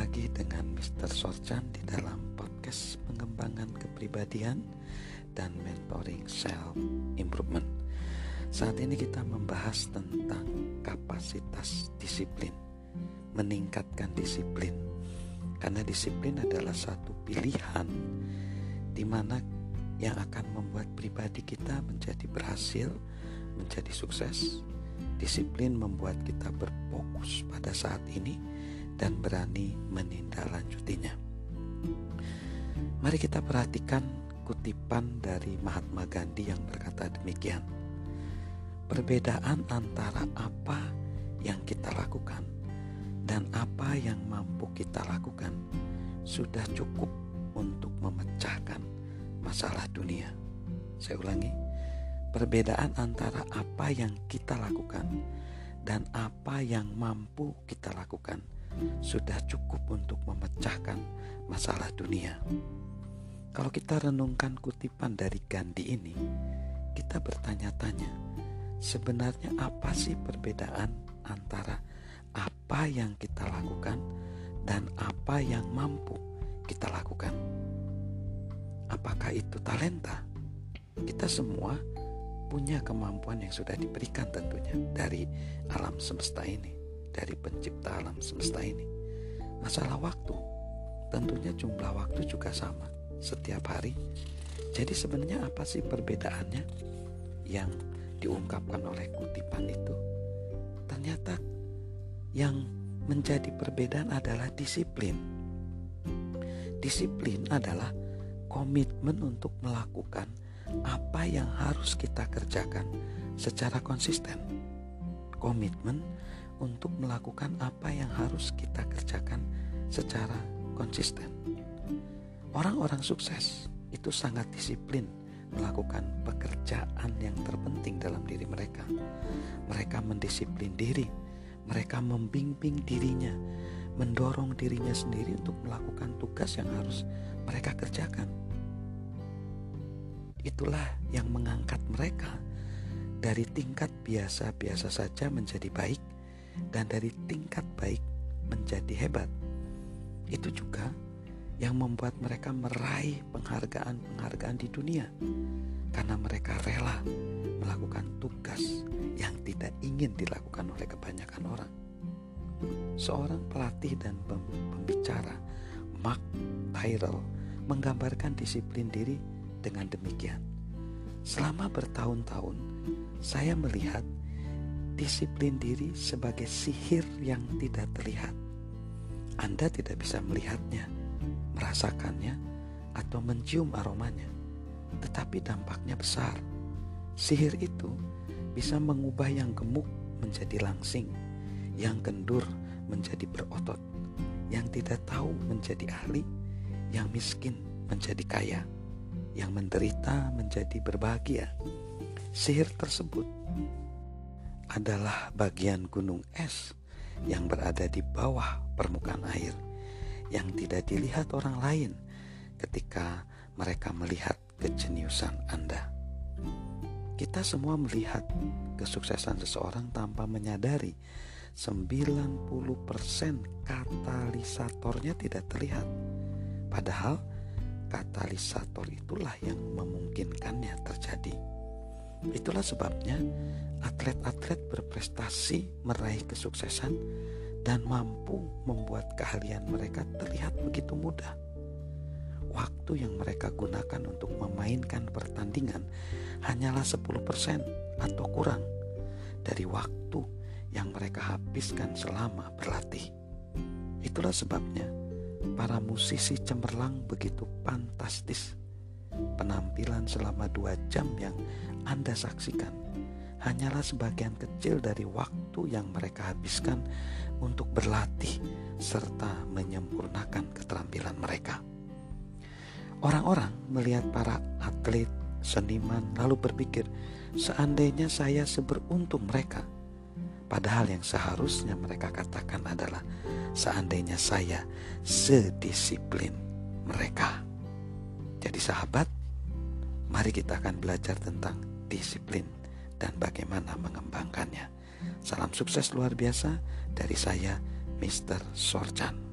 lagi dengan Mr. Sorchan di dalam podcast pengembangan kepribadian dan mentoring self improvement. Saat ini kita membahas tentang kapasitas disiplin, meningkatkan disiplin. Karena disiplin adalah satu pilihan di mana yang akan membuat pribadi kita menjadi berhasil, menjadi sukses. Disiplin membuat kita berfokus pada saat ini dan berani menindaklanjutinya. Mari kita perhatikan kutipan dari Mahatma Gandhi yang berkata demikian. Perbedaan antara apa yang kita lakukan dan apa yang mampu kita lakukan sudah cukup untuk memecahkan masalah dunia. Saya ulangi, perbedaan antara apa yang kita lakukan dan apa yang mampu kita lakukan sudah cukup untuk memecahkan masalah dunia. Kalau kita renungkan kutipan dari Gandhi ini, kita bertanya-tanya, sebenarnya apa sih perbedaan antara apa yang kita lakukan dan apa yang mampu kita lakukan? Apakah itu talenta? Kita semua punya kemampuan yang sudah diberikan tentunya dari alam semesta ini, dari pencipta alam semesta ini. Masalah waktu, tentunya jumlah waktu juga sama setiap hari. Jadi sebenarnya apa sih perbedaannya yang diungkapkan oleh kutipan itu? Ternyata yang menjadi perbedaan adalah disiplin. Disiplin adalah komitmen untuk melakukan apa yang harus kita kerjakan secara konsisten. Komitmen untuk melakukan apa yang harus kita kerjakan secara konsisten. Orang-orang sukses itu sangat disiplin melakukan pekerjaan yang terpenting dalam diri mereka. Mereka mendisiplin diri, mereka membimbing dirinya, mendorong dirinya sendiri untuk melakukan tugas yang harus mereka kerjakan. Itulah yang mengangkat mereka dari tingkat biasa-biasa saja menjadi baik, dan dari tingkat baik menjadi hebat. Itu juga yang membuat mereka meraih penghargaan-penghargaan di dunia, karena mereka rela melakukan tugas yang tidak ingin dilakukan oleh kebanyakan orang. Seorang pelatih dan pembicara, Mark Tyrrell, menggambarkan disiplin diri dengan demikian. Selama bertahun-tahun, saya melihat disiplin diri sebagai sihir yang tidak terlihat. Anda tidak bisa melihatnya, merasakannya, atau mencium aromanya, tetapi dampaknya besar. Sihir itu bisa mengubah yang gemuk menjadi langsing, yang kendur menjadi berotot, yang tidak tahu menjadi ahli, yang miskin menjadi kaya, yang menderita menjadi berbahagia. Sihir tersebut adalah bagian gunung es yang berada di bawah permukaan air, yang tidak dilihat orang lain ketika mereka melihat kejeniusan Anda. Kita semua melihat kesuksesan seseorang tanpa menyadari 90% katalisatornya tidak terlihat. Padahal katalisator itulah yang memungkinkannya terjadi. Itulah sebabnya atlet-atlet berprestasi meraih kesuksesan dan mampu membuat keahlian mereka terlihat begitu mudah. Waktu yang mereka gunakan untuk memainkan pertandingan hanyalah 10% atau kurang dari waktu yang mereka habiskan selama berlatih. Itulah sebabnya para musisi cemerlang begitu fantastis. Penampilan selama 2 jam yang Anda saksikan hanyalah sebagian kecil dari waktu yang mereka habiskan untuk berlatih serta menyempurnakan keterampilan mereka. Orang-orang melihat para atlet, seniman, lalu berpikir, seandainya saya seberuntung mereka. Padahal yang seharusnya mereka katakan adalah, seandainya saya sedisiplin mereka. Jadi sahabat, mari kita akan belajar tentang disiplin dan bagaimana mengembangkannya. Salam sukses luar biasa dari saya, Mr. Sorchan.